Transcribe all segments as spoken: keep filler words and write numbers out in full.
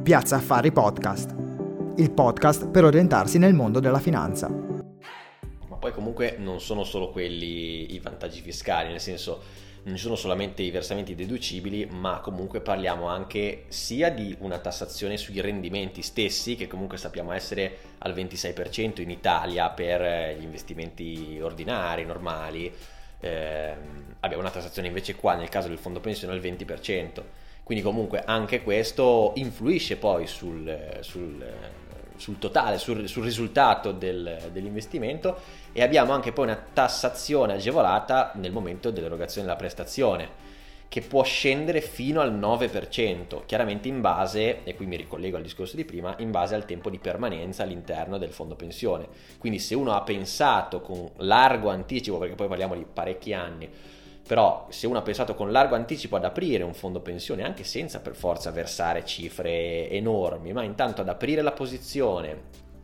Piazza Affari Podcast, il podcast per orientarsi nel mondo della finanza. Ma poi comunque non sono solo quelli i vantaggi fiscali, nel senso non ci sono solamente i versamenti deducibili, ma comunque parliamo anche sia di una tassazione sui rendimenti stessi, che comunque sappiamo essere al ventisei per cento in Italia per gli investimenti ordinari, normali. Eh, abbiamo una tassazione invece qua nel caso del fondo pensione al venti per cento, quindi comunque anche questo influisce poi sul, sul, sul totale, sul, sul risultato del, dell'investimento. E abbiamo anche poi una tassazione agevolata nel momento dell'erogazione della prestazione, che può scendere fino al nove per cento, chiaramente in base, e qui mi ricollego al discorso di prima, in base al tempo di permanenza all'interno del fondo pensione. Quindi se uno ha pensato con largo anticipo, perché poi parliamo di parecchi anni, però se uno ha pensato con largo anticipo ad aprire un fondo pensione, anche senza per forza versare cifre enormi, ma intanto ad aprire la posizione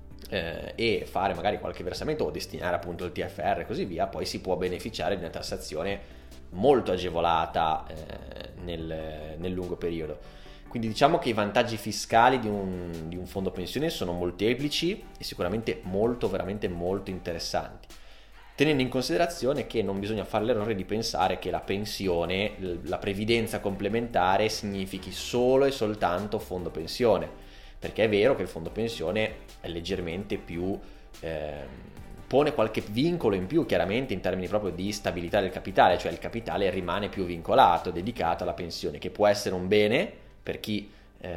eh, e fare magari qualche versamento o destinare appunto il T F R e così via, poi si può beneficiare di una tassazione molto agevolata eh, nel, nel lungo periodo. Quindi diciamo che i vantaggi fiscali di un, di un fondo pensione sono molteplici e sicuramente molto, veramente molto interessanti, tenendo in considerazione che non bisogna fare l'errore di pensare che la pensione, la previdenza complementare significhi solo e soltanto fondo pensione, perché è vero che il fondo pensione è leggermente più eh, pone qualche vincolo in più, chiaramente in termini proprio di stabilità del capitale, cioè il capitale rimane più vincolato, dedicato alla pensione, che può essere un bene per chi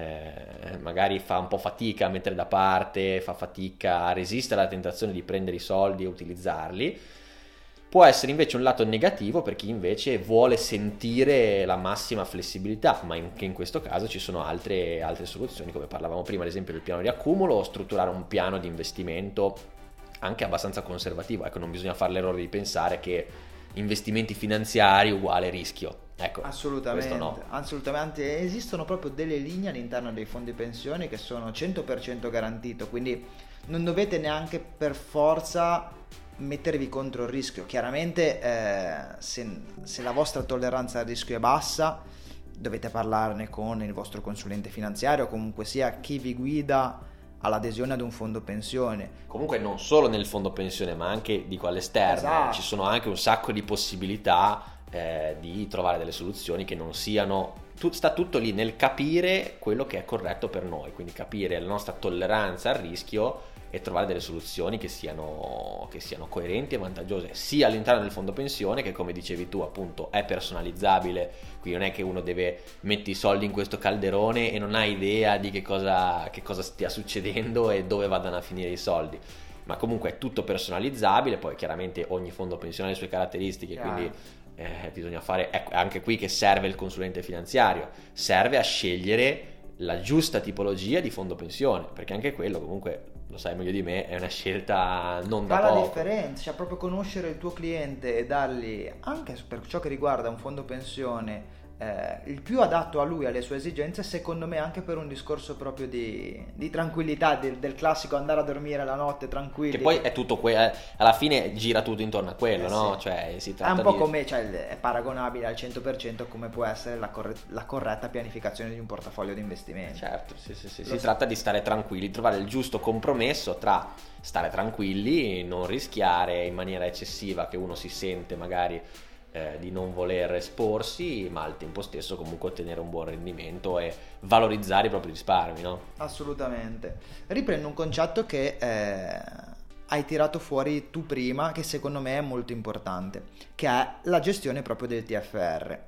eh, magari fa un po' fatica a mettere da parte, fa fatica a resistere alla tentazione di prendere i soldi e utilizzarli. Può essere invece un lato negativo per chi invece vuole sentire la massima flessibilità, ma anche in questo caso ci sono altre, altre soluzioni, come parlavamo prima, ad esempio del piano di accumulo, o strutturare un piano di investimento anche abbastanza conservativo. Ecco, non bisogna fare l'errore di pensare che investimenti finanziari uguale rischio. Ecco, assolutamente, no. assolutamente. Esistono proprio delle linee all'interno dei fondi pensione che sono cento per cento garantito, quindi non dovete neanche per forza mettervi contro il rischio. Chiaramente eh, se, se la vostra tolleranza al rischio è bassa, dovete parlarne con il vostro consulente finanziario o comunque sia chi vi guida all'adesione ad un fondo pensione. Comunque non solo nel fondo pensione, ma anche dico all'esterno, esatto. Ci sono anche un sacco di possibilità eh, di trovare delle soluzioni che non siano, tu, sta tutto lì nel capire quello che è corretto per noi, quindi capire la nostra tolleranza al rischio e trovare delle soluzioni che siano, che siano coerenti e vantaggiose sia all'interno del fondo pensione, che come dicevi tu appunto è personalizzabile, quindi non è che uno deve metti i soldi in questo calderone e non ha idea di che cosa, che cosa stia succedendo e dove vadano a finire i soldi, ma comunque è tutto personalizzabile. Poi chiaramente ogni fondo pensione ha le sue caratteristiche, yeah. quindi eh, bisogna fare, ecco, anche qui che serve il consulente finanziario, serve a scegliere la giusta tipologia di fondo pensione, perché anche quello comunque, lo sai meglio di me, è una scelta non da poco. poco. La differenza, cioè proprio conoscere il tuo cliente e dargli, anche per ciò che riguarda un fondo pensione, eh, il più adatto a lui, alle sue esigenze, secondo me anche per un discorso proprio di, di tranquillità, del, del classico andare a dormire la notte tranquilli. Che poi è tutto que- alla fine gira tutto intorno a quello, eh, no? Sì. Cioè si tratta è un po' di... come, cioè, è paragonabile al cento per cento come può essere la, corre- la corretta pianificazione di un portafoglio di investimenti. Certo, sì, sì, sì. si so. tratta di stare tranquilli, trovare il giusto compromesso tra stare tranquilli, non rischiare in maniera eccessiva, che uno si sente magari eh, di non voler esporsi, ma al tempo stesso comunque ottenere un buon rendimento e valorizzare i propri risparmi, no? Assolutamente. Riprendo un concetto che eh, hai tirato fuori tu prima, che secondo me è molto importante, che è la gestione proprio del T F R.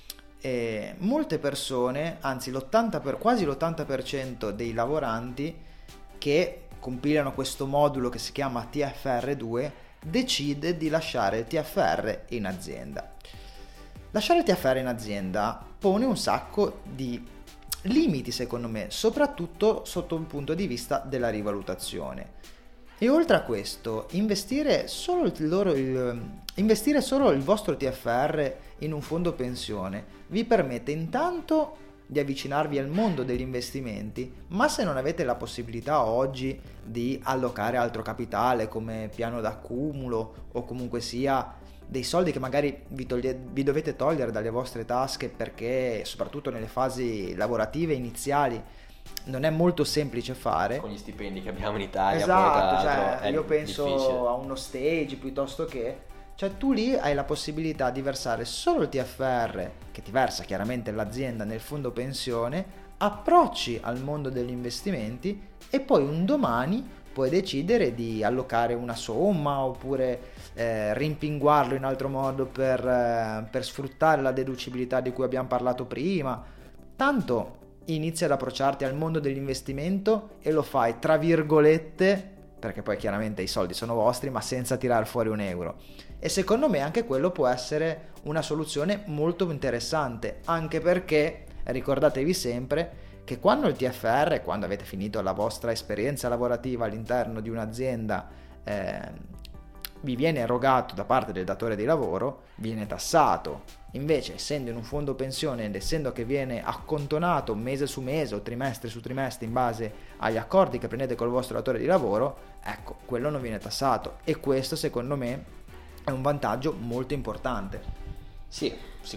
E molte persone, anzi l'ottanta per, quasi l'ottanta per cento dei lavoranti che compilano questo modulo che si chiama T F R due, decide di lasciare il T F R in azienda. Lasciare il T F R in azienda pone un sacco di limiti, secondo me, soprattutto sotto il punto di vista della rivalutazione. E oltre a questo, investire solo il loro il, investire solo il vostro T F R in un fondo pensione vi permette intanto di avvicinarvi al mondo degli investimenti, ma se non avete la possibilità oggi di allocare altro capitale come piano d'accumulo o comunque sia dei soldi che magari vi, toglie, vi dovete togliere dalle vostre tasche perché soprattutto nelle fasi lavorative iniziali non è molto semplice fare. Con gli stipendi che abbiamo in Italia, esatto, poi, tra cioè, l'altro, è io penso difficile. a uno stage piuttosto che, cioè tu lì hai la possibilità di versare solo il T F R che ti versa chiaramente l'azienda nel fondo pensione, approcci al mondo degli investimenti e poi un domani puoi decidere di allocare una somma oppure eh, rimpinguarlo in altro modo per, eh, per sfruttare la deducibilità di cui abbiamo parlato prima. Tanto inizi ad approcciarti al mondo dell'investimento e lo fai tra virgolette, perché poi chiaramente i soldi sono vostri, ma senza tirar fuori un euro. E secondo me anche quello può essere una soluzione molto interessante, anche perché ricordatevi sempre che quando il T F R, quando avete finito la vostra esperienza lavorativa all'interno di un'azienda, eh, vi viene erogato da parte del datore di lavoro, viene tassato. Invece, essendo in un fondo pensione ed essendo che viene accontonato mese su mese o trimestre su trimestre in base agli accordi che prendete col vostro datore di lavoro, ecco, quello non viene tassato. E questo, secondo me, è un vantaggio molto importante. Sì,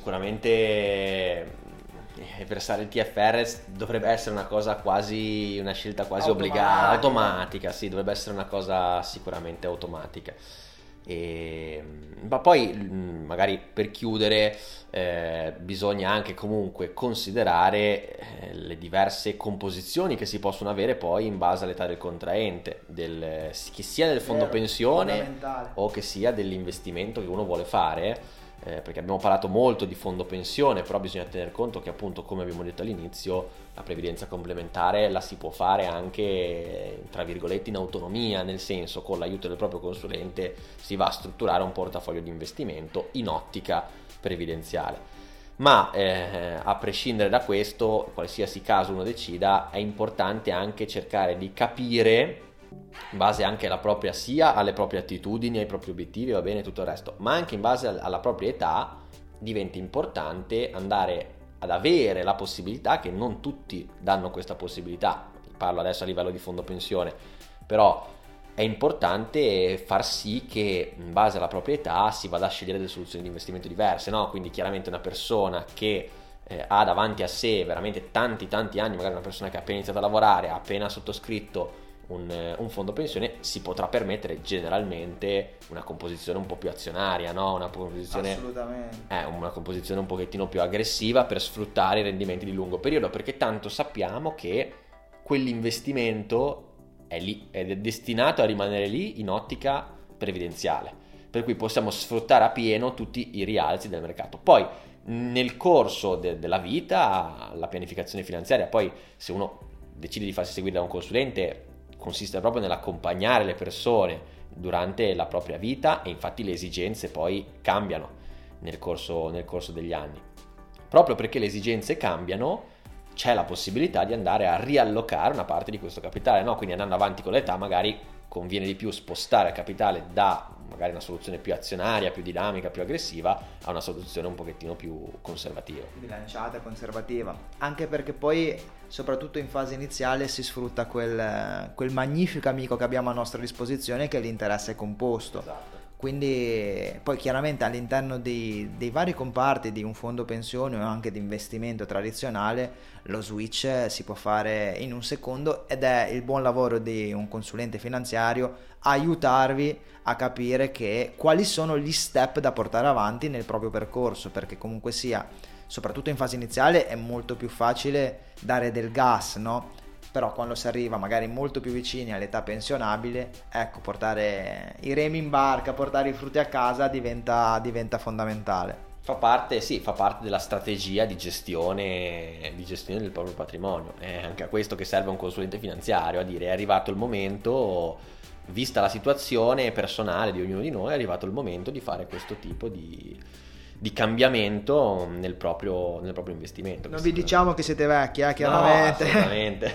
sicuramente versare il T F R dovrebbe essere una cosa quasi, una scelta quasi automatica. obbligata, automatica, sì, dovrebbe essere una cosa sicuramente automatica. E, ma poi magari per chiudere eh, bisogna anche comunque considerare eh, le diverse composizioni che si possono avere poi in base all'età del contraente, del, che sia del fondo Vero, pensione o che sia dell'investimento che uno vuole fare. Eh, perché abbiamo parlato molto di fondo pensione, però bisogna tener conto che appunto, come abbiamo detto all'inizio, la previdenza complementare la si può fare anche tra virgolette in autonomia, nel senso con l'aiuto del proprio consulente si va a strutturare un portafoglio di investimento in ottica previdenziale. Ma eh, a prescindere da questo, qualsiasi caso uno decida, è importante anche cercare di capire, in base anche alla propria, sia alle proprie attitudini, ai propri obiettivi, va bene, tutto il resto, ma anche in base alla propria età diventa importante andare ad avere la possibilità, che non tutti danno questa possibilità, parlo adesso a livello di fondo pensione, però è importante far sì che in base alla propria età si vada a scegliere delle soluzioni di investimento diverse, no? Quindi chiaramente una persona che eh, ha davanti a sé veramente tanti tanti anni, magari una persona che ha appena iniziato a lavorare, ha appena sottoscritto Un, un fondo pensione, si potrà permettere generalmente una composizione un po' più azionaria, no? Una composizione, assolutamente, eh, una composizione un pochettino più aggressiva per sfruttare i rendimenti di lungo periodo, perché tanto sappiamo che quell'investimento è lì, è destinato a rimanere lì in ottica previdenziale, per cui possiamo sfruttare a pieno tutti i rialzi del mercato. Poi nel corso de- della vita la pianificazione finanziaria, poi se uno decide di farsi seguire da un consulente, consiste proprio nell'accompagnare le persone durante la propria vita, e infatti le esigenze poi cambiano nel corso, nel corso degli anni. Proprio perché le esigenze cambiano, c'è la possibilità di andare a riallocare una parte di questo capitale, no? Quindi andando avanti con l'età magari conviene di più spostare il capitale da magari una soluzione più azionaria, più dinamica, più aggressiva, a una soluzione un pochettino più conservativa, bilanciata, conservativa, anche perché poi soprattutto in fase iniziale si sfrutta quel, quel magnifico amico che abbiamo a nostra disposizione, che è l'interesse composto. Esatto. Quindi poi chiaramente all'interno dei, dei vari comparti di un fondo pensione o anche di investimento tradizionale lo switch si può fare in un secondo, ed è il buon lavoro di un consulente finanziario aiutarvi a capire che quali sono gli step da portare avanti nel proprio percorso, perché comunque sia, soprattutto in fase iniziale, è molto più facile dare del gas, no? Però quando si arriva magari molto più vicini all'età pensionabile, ecco, portare i remi in barca, portare i frutti a casa diventa, diventa fondamentale. Fa parte, sì, fa parte della strategia di gestione, di gestione del proprio patrimonio. È anche a questo che serve un consulente finanziario, a dire è arrivato il momento, vista la situazione personale di ognuno di noi, è arrivato il momento di fare questo tipo di, di cambiamento nel proprio, nel proprio investimento. Non vi diciamo che siete vecchi, eh, chiaramente. No, assolutamente.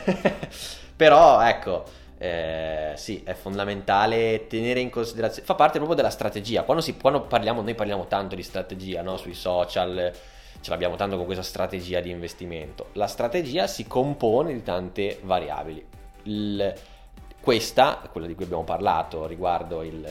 Però ecco, eh, sì, è fondamentale tenere in considerazione, fa parte proprio della strategia. Quando, si, quando parliamo, noi parliamo tanto di strategia, no? Sui social ce l'abbiamo tanto con questa strategia di investimento. La strategia si compone di tante variabili. Il, questa, quella di cui abbiamo parlato riguardo il,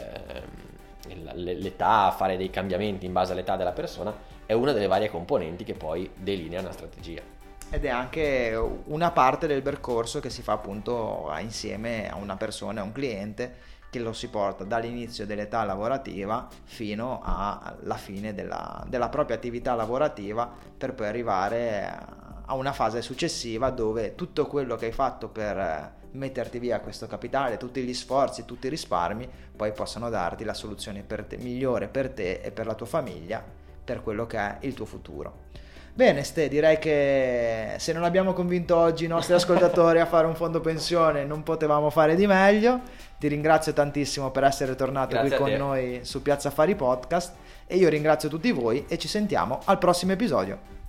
il, l'età, fare dei cambiamenti in base all'età della persona, è una delle varie componenti che poi delinea una strategia. ed è anche una parte del percorso che si fa appunto insieme a una persona, a un cliente, che lo si porta dall'inizio dell'età lavorativa fino alla fine della, della propria attività lavorativa, per poi arrivare a una fase successiva dove tutto quello che hai fatto per metterti via questo capitale, tutti gli sforzi, tutti i risparmi, poi possano darti la soluzione per te, migliore per te e per la tua famiglia, per quello che è il tuo futuro. Bene Ste, direi che se non abbiamo convinto oggi i nostri ascoltatori a fare un fondo pensione, non potevamo fare di meglio. Ti ringrazio tantissimo per essere tornato Grazie qui con te. noi su Piazza Affari Podcast, e io ringrazio tutti voi e ci sentiamo al prossimo episodio.